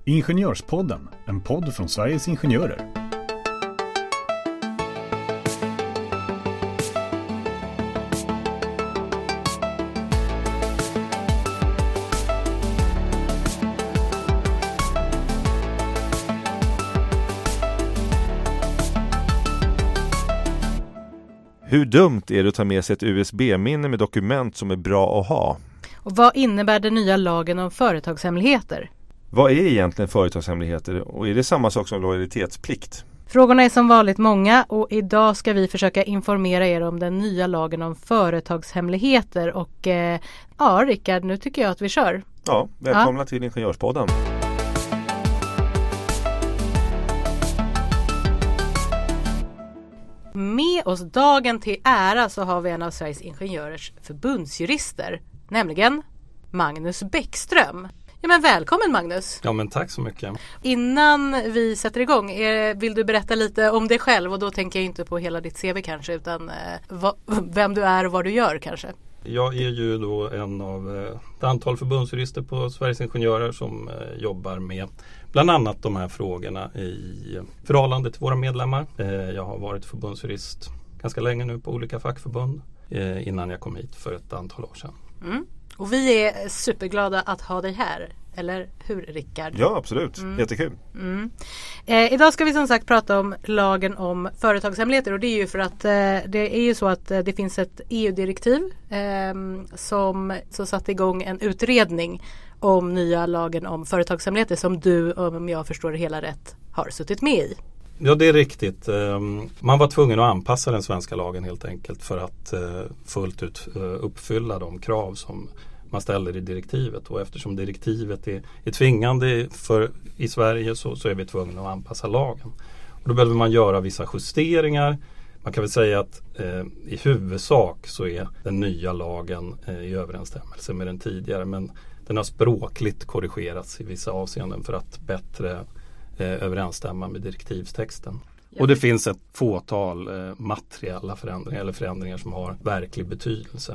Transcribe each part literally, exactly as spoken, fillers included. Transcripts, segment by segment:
Ingenjörspodden, en podd från Sveriges ingenjörer. Hur dumt är det att ta med sig ett U S B-minne med dokument som är bra att ha? Och vad innebär den nya lagen om företagshemligheter? Vad är egentligen företagshemligheter och är det samma sak som lojalitetsplikt? Frågorna är som vanligt många och idag ska vi försöka informera er om den nya lagen om företagshemligheter. Och eh, ja, Rickard, nu tycker jag att vi kör. Ja, välkomna ja. till Ingenjörspodden. Med oss dagen till ära så har vi en av Sveriges ingenjörers förbundsjurister, nämligen Magnus Bäckström. Ja, men välkommen Magnus. Ja, men tack så mycket. Innan vi sätter igång, är, vill du berätta lite om dig själv? Och då tänker jag inte på hela ditt C V kanske, utan eh, va, vem du är och vad du gör kanske. Jag är ju då en av eh, ett antal förbundsjurister på Sveriges ingenjörer som eh, jobbar med bland annat de här frågorna i förhållande till våra medlemmar. Eh, jag har varit förbundsjurist ganska länge nu på olika fackförbund eh, innan jag kom hit för ett antal år sedan. Mm. Och vi är superglada att ha dig här. Eller hur, Rickard? Ja, absolut. Mm. Jättekul. Mm. Eh, idag ska vi som sagt prata om lagen om företagshemligheter. Och det är ju för att eh, det är ju så att eh, det finns ett E U-direktiv eh, som så satte igång en utredning om nya lagen om företagshemligheter som du, om jag förstår det hela rätt, har suttit med i. Ja, det är riktigt. Man var tvungen att anpassa den svenska lagen helt enkelt för att fullt ut uppfylla de krav som man ställer i direktivet. Och eftersom direktivet är, är tvingande för, i Sverige så, så är vi tvungna att anpassa lagen. Och då behöver man göra vissa justeringar. Man kan väl säga att eh, i huvudsak så är den nya lagen eh, i överensstämmelse med den tidigare. Men den har språkligt korrigerats i vissa avseenden för att bättre eh, överensstämma med direktivstexten. Och det finns ett fåtal eh, materiella förändringar eller förändringar som har verklig betydelse.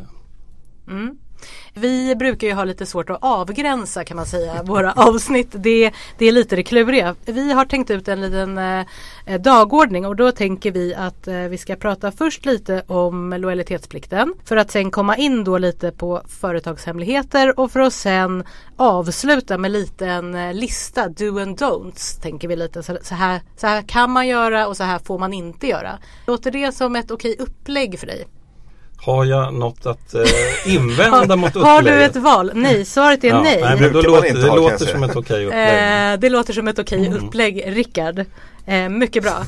Eh. Mm. Vi brukar ju ha lite svårt att avgränsa kan man säga våra avsnitt. Det, det är lite det kluriga. Vi har tänkt ut en liten eh, dagordning och då tänker vi att eh, vi ska prata först lite om lojalitetsplikten för att sen komma in då lite på företagshemligheter och för att sen avsluta med lite en eh, lista do and don'ts tänker vi lite. Så, så, här, så här kan man göra och så här får man inte göra. Låter det som ett okej upplägg för dig? Har jag något att eh, invända mot upplägget? Har du ett val? Nej, svaret är ja, nej. nej men då låter, det låter som ett okej upplägg. Eh, det låter som ett okej mm. upplägg, Rickard. Eh, mycket bra.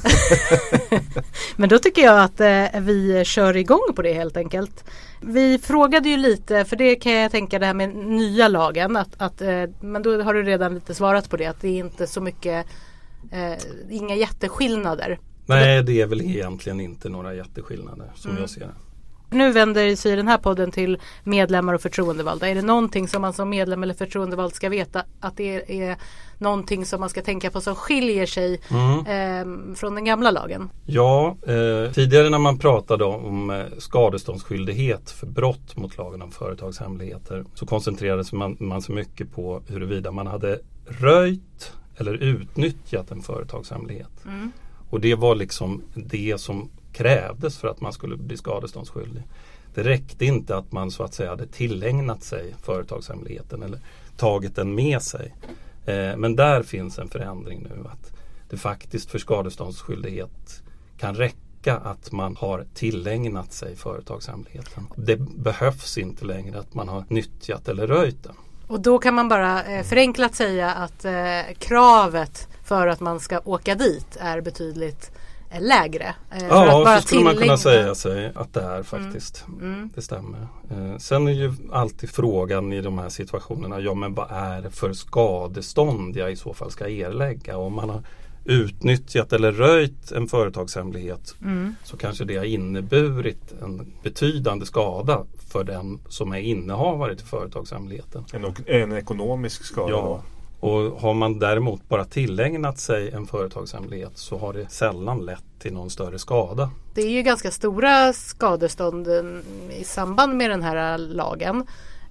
Men då tycker jag att eh, vi kör igång på det helt enkelt. Vi frågade ju lite, för det kan jag tänka det här med nya lagen. Att, att, eh, men då har du redan lite svarat på det. Att det är inte så mycket, eh, inga jätteskillnader. Nej, det är väl egentligen inte några jätteskillnader som mm. jag ser det. Nu vänder sig den här podden till medlemmar och förtroendevalda. Är det någonting som man som medlem eller förtroendevald ska veta att det är någonting som man ska tänka på som skiljer sig mm. eh, från den gamla lagen? Ja, eh, tidigare när man pratade om eh, skadeståndsskyldighet för brott mot lagen om företagshemligheter så koncentrerades man, man så mycket på huruvida man hade röjt eller utnyttjat en företagshemlighet. Mm. Och det var liksom det som krävdes för att man skulle bli skadeståndsskyldig. Det räckte inte att man så att säga hade tillägnat sig företagshemligheten eller tagit den med sig. Eh, men där finns en förändring nu att det faktiskt för skadeståndsskyldighet kan räcka att man har tillägnat sig företagshemligheten. Det behövs inte längre att man har nyttjat eller röjt den. Och då kan man bara eh, förenklat säga att eh, kravet för att man ska åka dit är betydligt lägre. Eh, ja, att bara så skulle tillägna... man kunna säga sig att det är faktiskt. Mm. Mm. Det stämmer. Eh, sen är ju alltid frågan i de här situationerna, ja men vad är det för skadestånd jag i så fall ska erlägga? Om man har utnyttjat eller röjt en företagshemlighet mm. så kanske det har inneburit en betydande skada för den som är innehavare till företagshemligheten. En, en ekonomisk skada ja. då? Och har man däremot bara tillägnat sig en företagshemlighet så har det sällan lett till någon större skada. Det är ju ganska stora skadestånd i samband med den här lagen.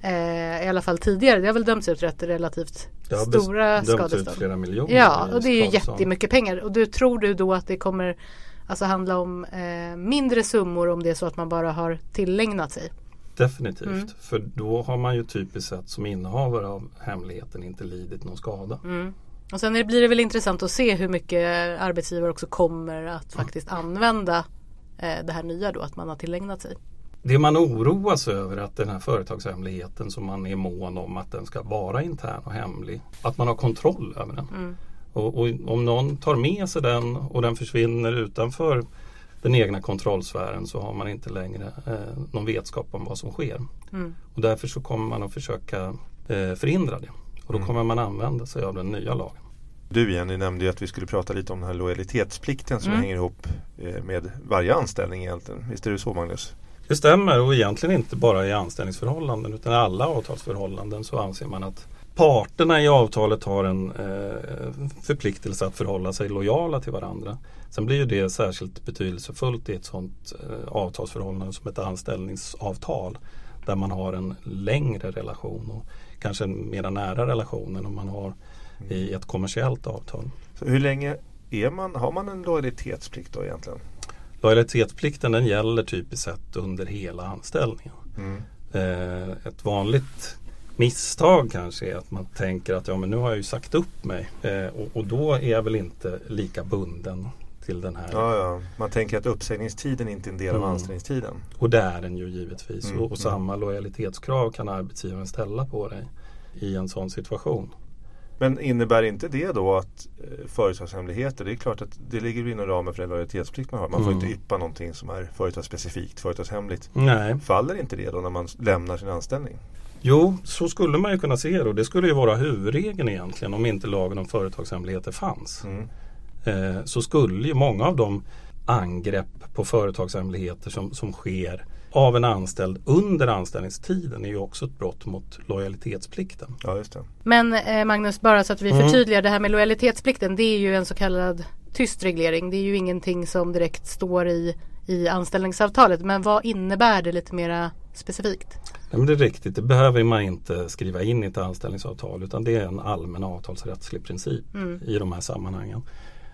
Eh, I alla fall tidigare. Det har väl dömts ut rätt relativt det har stora dömts skadestånd. Ut flera miljoner. Ja, och det är ju skadestånd. jättemycket pengar. Och du tror du då att det kommer alltså handla om eh, mindre summor om det är så att man bara har tillägnat sig? Definitivt, Mm. för då har man ju typiskt sett som innehavare av hemligheten inte lidit någon skada. Mm. Och sen blir det väl intressant att se hur mycket arbetsgivare också kommer att faktiskt använda eh, det här nya då, att man har tillägnat sig. Det man oroas över är att den här företagshemligheten som man är mån om att den ska vara intern och hemlig, att man har kontroll över den. Mm. Och, och om någon tar med sig den och den försvinner utanför den egna kontrollsfären så har man inte längre eh, någon vetskap om vad som sker. Mm. Och därför så kommer man att försöka eh, förhindra det. Och då Mm. kommer man använda sig av den nya lagen. Du Jenny nämnde ju att vi skulle prata lite om den här lojalitetsplikten som Mm. hänger ihop eh, med varje anställning egentligen. Visst är det så, Magnus? Det stämmer, och egentligen inte bara i anställningsförhållanden utan i alla avtalsförhållanden så anser man att parterna i avtalet har en eh, förpliktelse att förhålla sig lojala till varandra. Sen blir ju det särskilt betydelsefullt i ett sådant eh, avtalsförhållande som ett anställningsavtal där man har en längre relation och kanske en mer nära relation än om man har i ett kommersiellt avtal. Så hur länge är man, har man en lojalitetsplikt då egentligen? Lojalitetsplikten den gäller typiskt sett under hela anställningen. Mm. Eh, ett vanligt misstag kanske är att man tänker att ja, men nu har jag ju sagt upp mig eh, och, och då är jag väl inte lika bunden till den här. Ja, ja. Man tänker att uppsägningstiden inte är en del av Mm. anställningstiden. Och det är den ju givetvis. Mm, Och, och samma lojalitetskrav kan arbetsgivaren ställa på dig i en sån situation. Men innebär inte det då att eh, företagshemligheter, det är klart att det ligger inom ramen för den lojalitetsplikt man har. Man får Mm. inte yppa någonting som är företagsspecifikt, företagshemligt. Nej. Faller inte det då när man lämnar sin anställning? Jo, så skulle man ju kunna se det, och det skulle ju vara huvudregeln egentligen om inte lagen om företagshemligheter fanns. Mm. Eh, så skulle ju många av de angrepp på företagshemligheter som, som sker av en anställd under anställningstiden är ju också ett brott mot lojalitetsplikten. Ja, just det. Men eh, Magnus, bara så att vi Mm. förtydligar det här med lojalitetsplikten, det är ju en så kallad tyst reglering. Det är ju ingenting som direkt står i, i anställningsavtalet. Men vad innebär det lite mera specifikt? Nej, men det är riktigt, det behöver man inte skriva in i ett anställningsavtal utan det är en allmän avtalsrättslig princip Mm. i de här sammanhangen.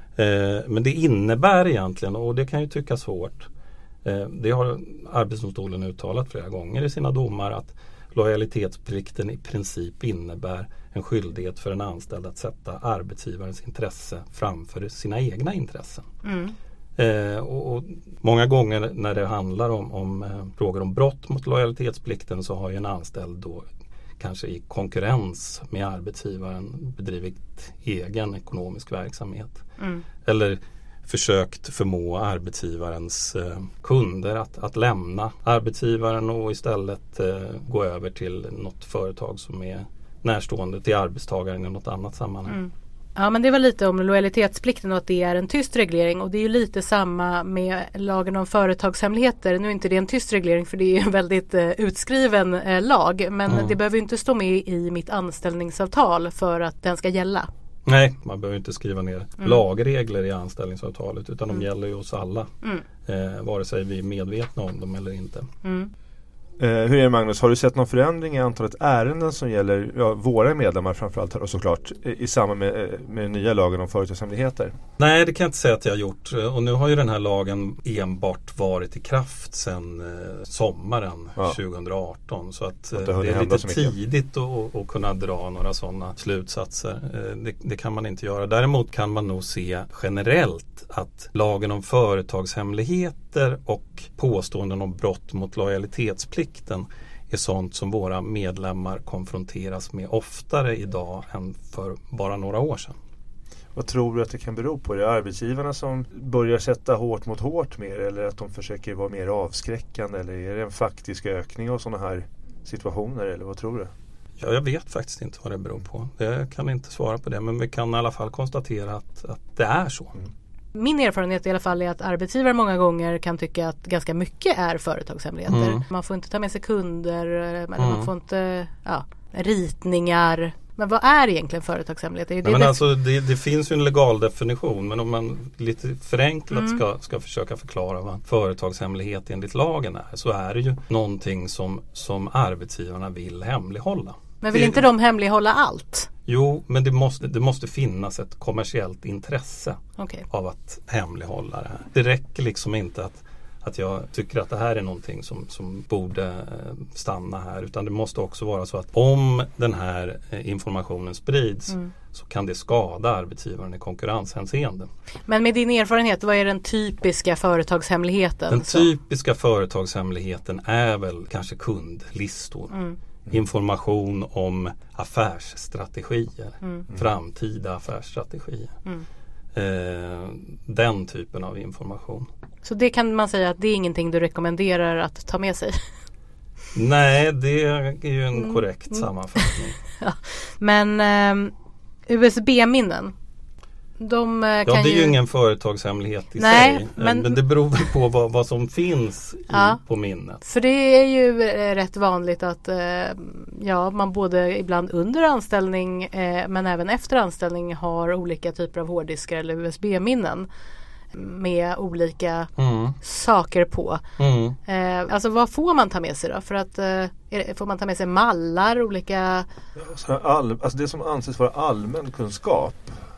Eh, men det innebär egentligen, och det kan ju tyckas svårt, eh, det har Arbetsdomstolen uttalat flera gånger i sina domar, att lojalitetsplikten i princip innebär en skyldighet för en anställd att sätta arbetsgivarens intresse framför sina egna intressen. Mm. Eh, och, och många gånger när det handlar om, om eh, frågor om brott mot lojalitetsplikten så har ju en anställd då kanske i konkurrens med arbetsgivaren bedrivit egen ekonomisk verksamhet. Mm. Eller försökt förmå arbetsgivarens eh, kunder att, att lämna arbetsgivaren och istället eh, gå över till något företag som är närstående till arbetstagaren i något annat sammanhang. Mm. Ja, men det var lite om lojalitetsplikten och att det är en tyst reglering, och det är ju lite samma med lagen om företagshemligheter. Nu är inte det en tyst reglering för det är en väldigt eh, utskriven eh, lag, men Mm. det behöver ju inte stå med i mitt anställningsavtal för att den ska gälla. Nej, man behöver inte skriva ner Mm. lagregler i anställningsavtalet utan Mm. de gäller ju oss alla. Mm. Eh, vare sig vi är medvetna om dem eller inte. Mm. Eh, hur är det, Magnus? Har du sett någon förändring i antalet ärenden som gäller ja, våra medlemmar framförallt och såklart i, i samband med, eh, med den nya lagen om företagshemligheter? Nej, det kan jag inte säga att jag har gjort. Och nu har ju den här lagen enbart varit i kraft sedan eh, sommaren Ja. tjugoarton. Så att eh, Att det har det är hända lite så mycket. tidigt att, att kunna dra några sådana slutsatser. Eh, det, det kan man inte göra. Däremot kan man nog se generellt att lagen om företagshemligheter och påståenden om brott mot lojalitetsplikten är sånt som våra medlemmar konfronteras med oftare idag än för bara några år sedan. Vad tror du att det kan bero på? Är det arbetsgivarna som börjar sätta hårt mot hårt mer, eller att de försöker vara mer avskräckande, eller är det en faktisk ökning av sådana här situationer, eller vad tror du? Ja, jag vet faktiskt inte vad det beror på. Jag kan inte svara på det, men vi kan i alla fall konstatera att, att det är så. Mm. Min erfarenhet i alla fall är att arbetsgivare många gånger kan tycka att ganska mycket är företagshemligheter. Mm. Man får inte ta med sig kunder, eller Mm. man får inte ja, ritningar. Men vad är egentligen företagshemlighet? Är det Nej, men det... alltså, det, det finns ju en legal definition, men om man lite förenklat Mm. ska, ska försöka förklara vad företagshemlighet enligt lagen är, så är det ju någonting som, som arbetsgivarna vill hemlighålla. Men vill det, inte de hemlighålla allt? Jo, men det måste, det måste finnas ett kommersiellt intresse Okej. av att hemlighålla det här. Det räcker liksom inte att, att jag tycker att det här är någonting som, som borde eh, stanna här, utan det måste också vara så att om den här eh, informationen sprids Mm. så kan det skada arbetsgivaren i konkurrenshänseende. Men med din erfarenhet, vad är den typiska företagshemligheten? Den Så- typiska företagshemligheten är väl kanske kundlistor. Mm. Information om affärsstrategier, Mm. framtida affärsstrategier. Mm. Eh, den typen av information. Så det kan man säga att det är ingenting du rekommenderar att ta med sig. Nej, det är ju en Mm. korrekt Mm. sammanfattning. Men ehm, U S B-minnen, de eh, Ja, kan det är ju ju... ingen företagshemlighet i Nej, sig. men- Men, men det beror väl på vad, vad som finns i, Ja. på minnet. För det är ju eh, rätt vanligt att eh, ja, man både ibland under anställning eh, men även efter anställning har olika typer av hårddiskar eller U S B-minnen med olika Mm. saker på. Mm. Eh, alltså vad får man ta med sig då? För att eh, är det- får man ta med sig mallar, olika... Så här all, alltså det som anses vara allmän kunskap,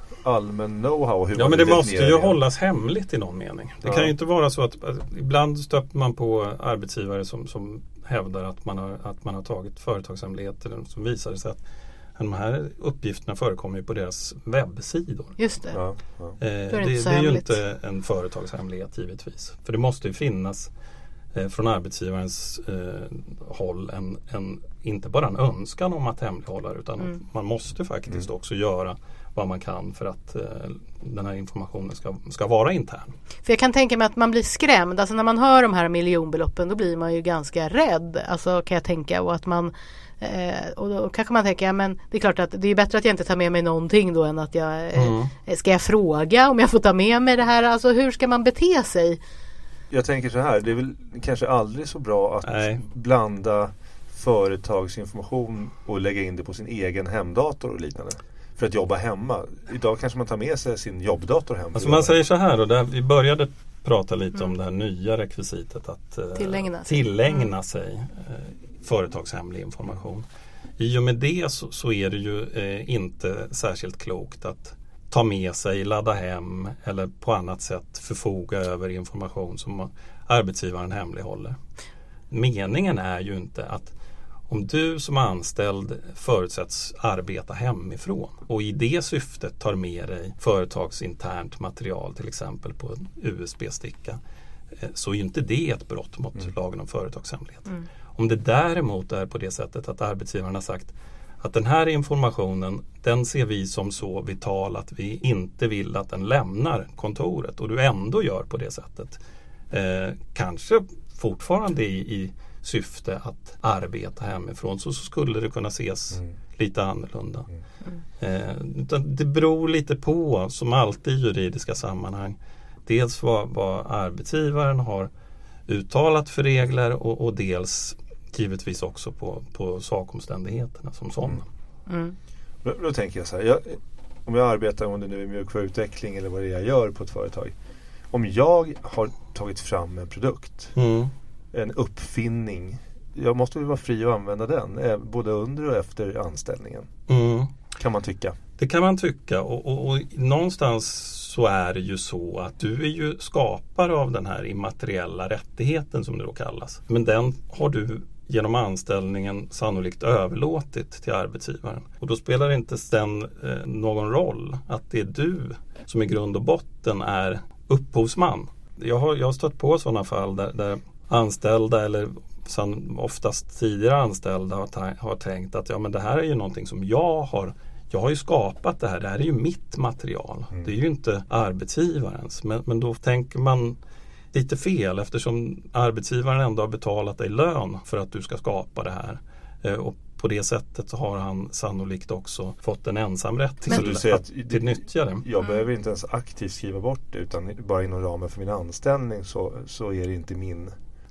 allmän know-how. Hur Ja, man men det definierar måste ju hållas hemligt i någon mening. Det Ja. kan ju inte vara så att, att ibland stöter man på arbetsgivare som, som hävdar att man, har, att man har tagit företagshemligheter som visar sig att de här uppgifterna förekommer ju på deras webbsidor. Just det. Ja, ja. Eh, det det, inte det så är ju hemligt. inte en företagshemlighet givetvis. För det måste ju finnas eh, från arbetsgivarens eh, håll en, en, inte bara en önskan om att hemlighålla, utan Mm. man måste faktiskt Mm. också göra vad man kan för att eh, den här informationen ska, ska vara intern. För jag kan tänka mig att man blir skrämd. Alltså när man hör de här miljonbeloppen då blir man ju ganska rädd. Alltså kan jag tänka. Och att man eh, och då kanske man tänker, ja, men det är klart att det är bättre att jag inte tar med mig någonting då än att jag eh, Mm. ska jag fråga om jag får ta med mig det här. Alltså hur ska man bete sig? Jag tänker så här, det är väl kanske aldrig så bra att Nej. blanda företagsinformation och lägga in det på sin egen hemdator och liknande. För att jobba hemma. Idag kanske man tar med sig sin jobbdator hem. Alltså man säger så här, och där vi började prata lite Mm. om det här nya rekvisitet att eh, Tillägna sig. tillägna Mm. sig eh, företagshemlig information. I och med det så, så är det ju eh, inte särskilt klokt att ta med sig, ladda hem eller på annat sätt förfoga över information som arbetsgivaren hemlighåller. Meningen är ju inte att om du som anställd förutsätts arbeta hemifrån och i det syftet tar med dig företagsinternt material, till exempel på en U S B-sticka, eh, så är ju inte det ett brott mot Mm. lagen om företagshemlighet. Mm. Om det däremot är på det sättet att arbetsgivaren har sagt att den här informationen, den ser vi som så vital att vi inte vill att den lämnar kontoret, och du ändå gör på det sättet. Eh, kanske fortfarande i, i syfte att arbeta hemifrån, så, så skulle det kunna ses Mm. lite annorlunda. Mm. Eh, utan det beror lite på, som alltid i juridiska sammanhang, dels vad, vad arbetsgivaren har uttalat för regler och, och dels givetvis också på, på sakomständigheterna som sådana. Mm. Då, då tänker jag så här, jag, om jag arbetar, om det nu är mjukvaruutveckling eller vad det är jag gör på ett företag. Om jag har tagit fram en produkt, Mm. en uppfinning, jag måste väl vara fri att använda den eh, både under och efter anställningen, Mm. kan man tycka. Det kan man tycka, och, och, och någonstans så är det ju så att du är ju skapare av den här immateriella rättigheten som det då kallas. Men den har du genom anställningen sannolikt överlåtit till arbetsgivaren. Och då spelar det inte sen eh, någon roll att det är du som i grund och botten är upphovsman. Jag har, jag har stött på sådana fall där, där anställda eller san, oftast tidigare anställda har, ta, har tänkt att ja, men det här är ju någonting som jag har Jag har ju skapat det här, det här är ju mitt material. Mm. Det är ju inte arbetsgivarens. Men, men då tänker man lite fel, eftersom arbetsgivaren ändå har betalat dig lön för att du ska skapa det här. Eh, och på det sättet så har han sannolikt också fått en ensamrätt till Så du säger att, att att nyttja det. Jag Mm. behöver inte ens aktivt skriva bort det, utan bara inom ramen för min anställning så, så är det inte min.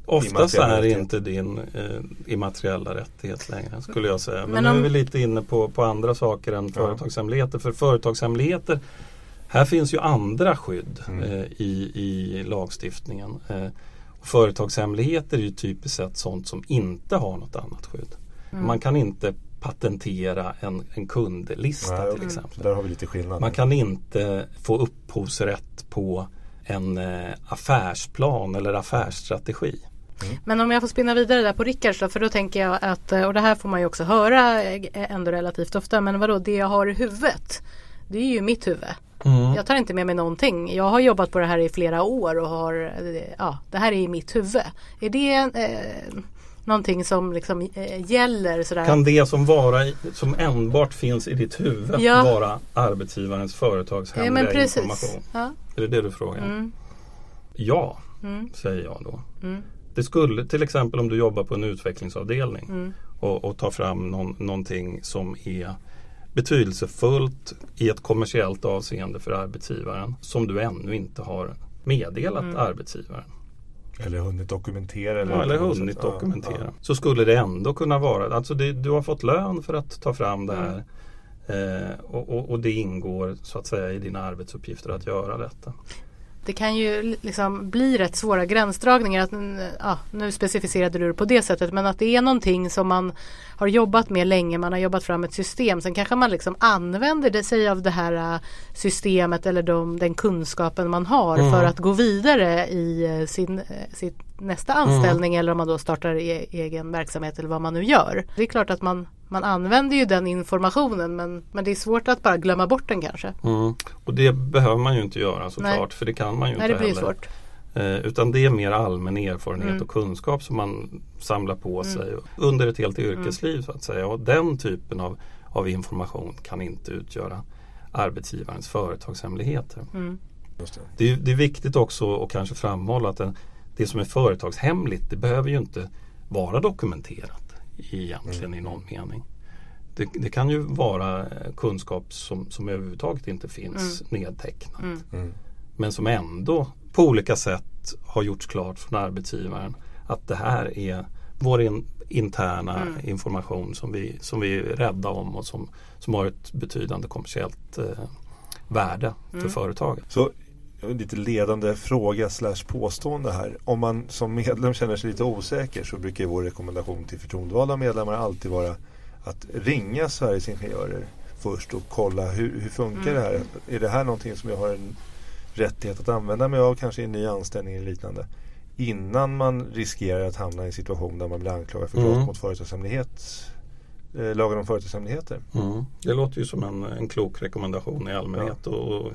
Oftast är det inte din eh, immateriella rättighet längre, skulle jag säga. Men, Men om... nu är vi lite inne på, på andra saker än ja. företagshemligheter. För företagshemligheter, här finns ju andra skydd mm. eh, i, i lagstiftningen. Eh, och företagshemligheter är ju typiskt sett sånt som inte har något annat skydd. Mm. Man kan inte patentera en, en kundlista Nej, till exempel. Där har vi lite skillnad. Man kan inte få upphovsrätt på en eh, affärsplan eller affärsstrategi. Mm. Men om jag får spinna vidare där på Rickards då, för då tänker jag att, och det här får man ju också höra ändå relativt ofta, men vadå, det jag har i huvudet, det är ju mitt huvud. Mm. Jag tar inte med mig någonting. Jag har jobbat på det här i flera år och har, ja, det här är i mitt huvud. Är det eh, någonting som liksom eh, gäller sådär? Kan det som, vara, som enbart finns i ditt huvud ja. vara arbetsgivarens företagshemliga ja, information? Ja. Är det det du frågar? Mm. Ja, mm. säger jag då. Mm. Det skulle till exempel om du jobbar på en utvecklingsavdelning mm. och, och tar fram någon, någonting som är betydelsefullt i ett kommersiellt avseende för arbetsgivaren som du ännu inte har meddelat mm. arbetsgivaren. Eller hunnit dokumentera. Eller, ja, eller hunnit sätt. dokumentera. Ja, ja. Så skulle det ändå kunna vara, alltså det, du har fått lön för att ta fram det här mm. eh, och, och, och det ingår så att säga i dina arbetsuppgifter att göra detta. Det kan ju liksom bli rätt svåra gränsdragningar. Att, ja, nu specificerade du det på det sättet. Men att det är någonting som man har jobbat med länge. Man har jobbat fram ett system. Sen kanske man liksom använder det, sig av det här systemet eller de, den kunskapen man har mm. för att gå vidare i sin, sin nästa anställning. Mm. Eller om man då startar e- egen verksamhet eller vad man nu gör. Det är klart att man Man använder ju den informationen men, men det är svårt att bara glömma bort den kanske. Mm. Och det behöver man ju inte göra såklart, för det kan man ju Nej, inte det blir heller. Svårt. Eh, utan det är mer allmän erfarenhet mm. och kunskap som man samlar på mm. sig under ett helt yrkesliv mm. så att säga. Och den typen av, av information kan inte utgöra arbetsgivarens företagshemligheter. Mm. Just det. Det, är, det är viktigt också att kanske framhålla att den, det som är företagshemligt, det behöver ju inte vara dokumenterat egentligen mm. i någon mening. Det, det kan ju vara kunskap som, som överhuvudtaget inte finns mm. nedtecknat. Mm. Mm. Men som ändå på olika sätt har gjorts klart från arbetsgivaren att det här är vår in, interna mm. information som vi, som vi är rädda om och som, som har ett betydande kommersiellt eh, värde mm. för företaget. Så en lite ledande fråga slash påstående här. Om man som medlem känner sig lite osäker så brukar vår rekommendation till förtroendevalda medlemmar alltid vara att ringa Sveriges Ingenjörer först och kolla hur, hur funkar mm. det här? Är det här någonting som jag har en rättighet att använda mig av, kanske i en ny anställning eller liknande, innan man riskerar att hamna i en situation där man blir anklagad för brott mm. mot företagshemlighet, eh, lagen om företagshemligheter. Mm. Det låter ju som en, en klok rekommendation i allmänhet ja. och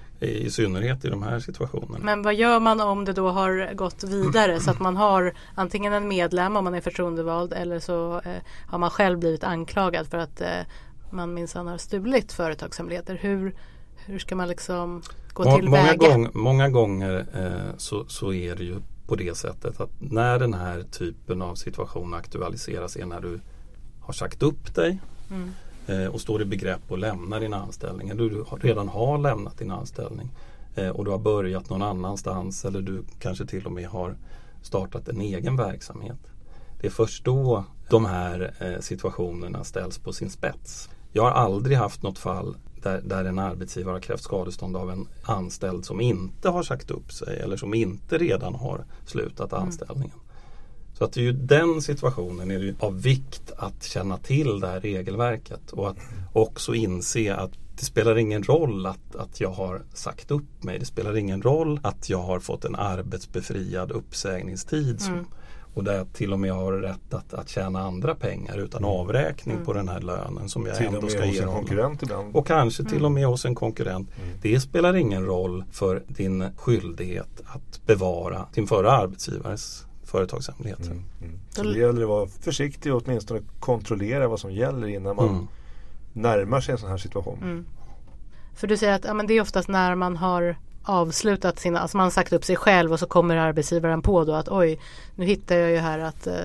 i synnerhet i de här situationerna. Men vad gör man om det då har gått vidare så att man har antingen en medlem om man är förtroendevald eller så eh, har man själv blivit anklagad för att eh, man minsann har stulit företagshemligheter. Hur, hur ska man liksom gå Må, tillväga? Många, gång, många gånger eh, så, så är det ju på det sättet att när den här typen av situation aktualiseras är när du har sagt upp dig mm. och står i begrepp att lämna din anställning eller du redan har lämnat din anställning och du har börjat någon annanstans eller du kanske till och med har startat en egen verksamhet. Det är först då de här situationerna ställs på sin spets. Jag har aldrig haft något fall där, där en arbetsgivare har krävt skadestånd av en anställd som inte har sagt upp sig eller som inte redan har slutat anställningen. Mm. Så att det är ju den situationen är det ju av vikt att känna till det här regelverket och att också inse att det spelar ingen roll att, att jag har sagt upp mig. Det spelar ingen roll att jag har fått en arbetsbefriad uppsägningstid som, mm. och där jag till och med har rätt att, att tjäna andra pengar utan avräkning mm. på den här lönen som jag till ändå ska ge honom. Ibland. Och kanske till mm. och med hos en konkurrent. Mm. Det spelar ingen roll för din skyldighet att bevara din förra arbetsgivares företagshemligheter. Mm, mm. Så det gäller att vara försiktig och åtminstone kontrollera vad som gäller innan man mm. närmar sig en sån här situation. Mm. För du säger att ja, men det är oftast när man har avslutat sina, alltså man har sagt upp sig själv och så kommer arbetsgivaren på då att oj, nu hittar jag ju här att,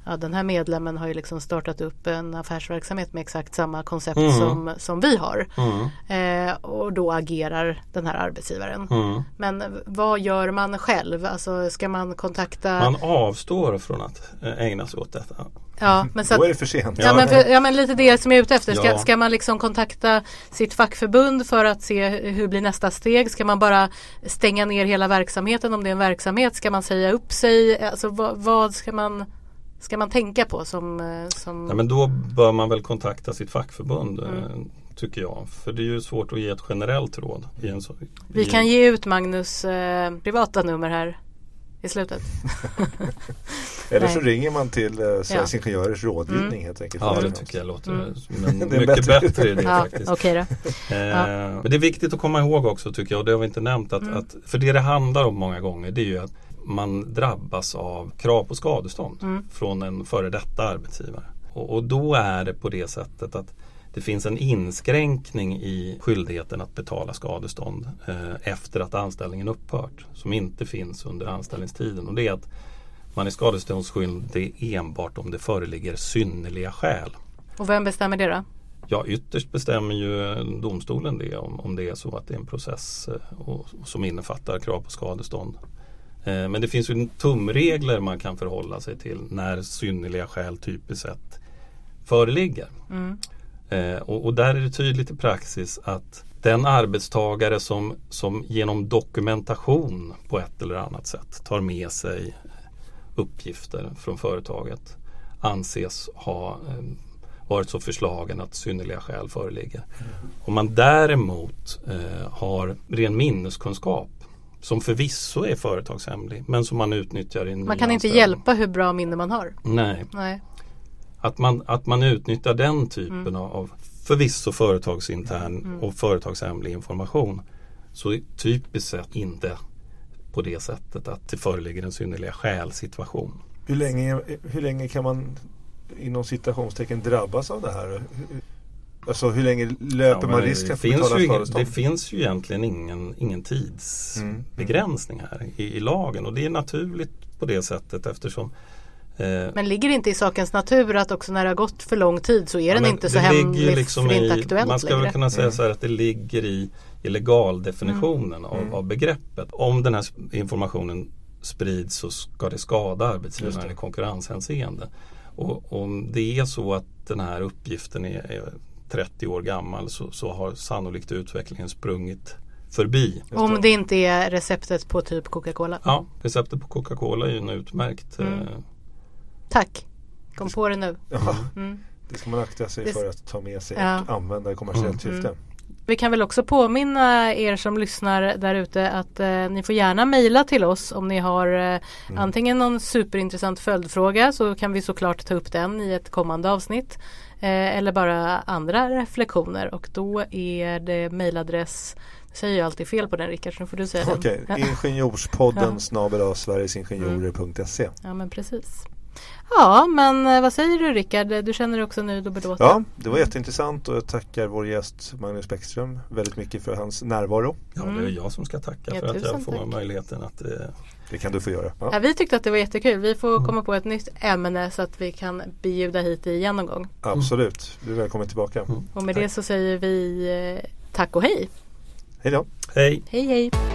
ja, den här medlemmen har ju liksom startat upp en affärsverksamhet med exakt samma koncept Mm. som, som vi har. Mm. Eh, och då agerar den här arbetsgivaren. Mm. Men vad gör man själv? Alltså ska man kontakta... Man avstår från att ägna sig åt detta. Ja, men så att, Då är det för sent. ja, men för, ja men lite det som jag är ute efter. Ska, Ja. ska man liksom kontakta sitt fackförbund för att se hur blir nästa steg? Ska man bara stänga ner hela verksamheten om det är en verksamhet? Ska man säga upp sig? Alltså vad, vad ska man ska man tänka på som... som... Ja, men då bör man väl kontakta sitt fackförbund Mm. eh, tycker jag. För det är ju svårt att ge ett generellt råd. I en så, Vi i, kan ge ut Magnus eh, privata nummer här i slutet. Eller Nej. så ringer man till eh, Sveriges Ja. Ingenjörers rådgivning Mm. helt enkelt. Ja, Först det och tycker jag låter Mm. men Det är mycket bättre. bättre idé Ja, faktiskt. okej då. Eh, Ja. Men det är viktigt att komma ihåg också tycker jag, och det har vi inte nämnt, att, Mm. att för det det handlar om många gånger det är ju att man drabbas av krav på skadestånd Mm. från en före detta arbetsgivare. Och, och då är det på det sättet att det finns en inskränkning i skyldigheten att betala skadestånd eh, efter att anställningen upphört som inte finns under anställningstiden. Och det är att man är skadeståndsskyldig enbart om det föreligger synnerliga skäl. Och vem bestämmer det då? Ja, ytterst bestämmer ju domstolen det om, om det är så att det är en process eh, och, och som innefattar krav på skadestånd. Eh, men det finns ju tumregler man kan förhålla sig till när synnerliga skäl typiskt sett föreligger. Mm. Eh, och, och där är det tydligt i praxis att den arbetstagare som, som genom dokumentation på ett eller annat sätt tar med sig uppgifter från företaget anses ha eh, varit så förslagen att synnerliga skäl föreligger. Om man däremot eh, har ren minneskunskap som förvisso är företagshemlig men som man utnyttjar i en Man kan inte nyanställning. hjälpa hur bra minne man har. Nej. Nej. Att man, att man utnyttjar den typen Mm. av förvisso företagsintern Mm. och företagshemlig information så är typiskt sett inte på det sättet att det föreligger en synnerliga skäl-situation. Hur länge, hur länge kan man inom citationstecken drabbas av det här? Hur- Alltså hur länge löper Ja, man men risk det att finns betala ju ingen, skadestånd? Det finns ju egentligen ingen, ingen tidsbegränsning här i, i lagen och det är naturligt på det sättet eftersom eh, Men ligger det inte i sakens natur att också när det har gått för lång tid så är ja, den men inte så det ligger hemlig ju liksom för det är inte i- aktuellt Man ska längre. väl kunna säga Mm. så här att det ligger i, i legaldefinitionen av, Mm. av begreppet. Om den här sp- informationen sprids så ska det skada Just arbetsgivaren det. i konkurrenshänseende. Och om det är så att den här uppgiften är, är trettio år gammal så, så har sannolikt utvecklingen sprungit förbi. Just Om det inte är receptet på typ Coca-Cola. Ja, receptet på Coca-Cola är ju en utmärkt. Mm. Eh, Tack. Kom på det nu. Ja, Mm. det ska man akta sig Det- för att ta med sig Ja. och använda i kommersiellt Mm. syfte. Vi kan väl också påminna er som lyssnar där ute att eh, ni får gärna mejla till oss om ni har eh, Mm. antingen någon superintressant följdfråga så kan vi såklart ta upp den i ett kommande avsnitt. Eh, eller bara andra reflektioner och då är det mejladress, jag säger ju alltid fel på den Rickard så nu får du säga Okej, den. ingenjorspodden Ja. snabel a sverigesingenjorer punkt se. Ja men precis. Ja men eh, vad säger du Rickard? Du känner dig också nöjd och belåten? Ja, det var jätteintressant och jag tackar vår gäst Magnus Bäckström väldigt mycket för hans närvaro. ja, det är jag som ska tacka Ja, för att jag tusen får tack. möjligheten att eh, Det kan du få göra. Ja. Ja, vi tyckte att det var jättekul. Vi får komma på ett nytt ämne så att vi kan bjuda hit dig igen någon gång. Absolut, du är välkommen tillbaka. Mm. Och med Tack. det så säger vi eh, tack och hej. Hej då. hej! Hej hej!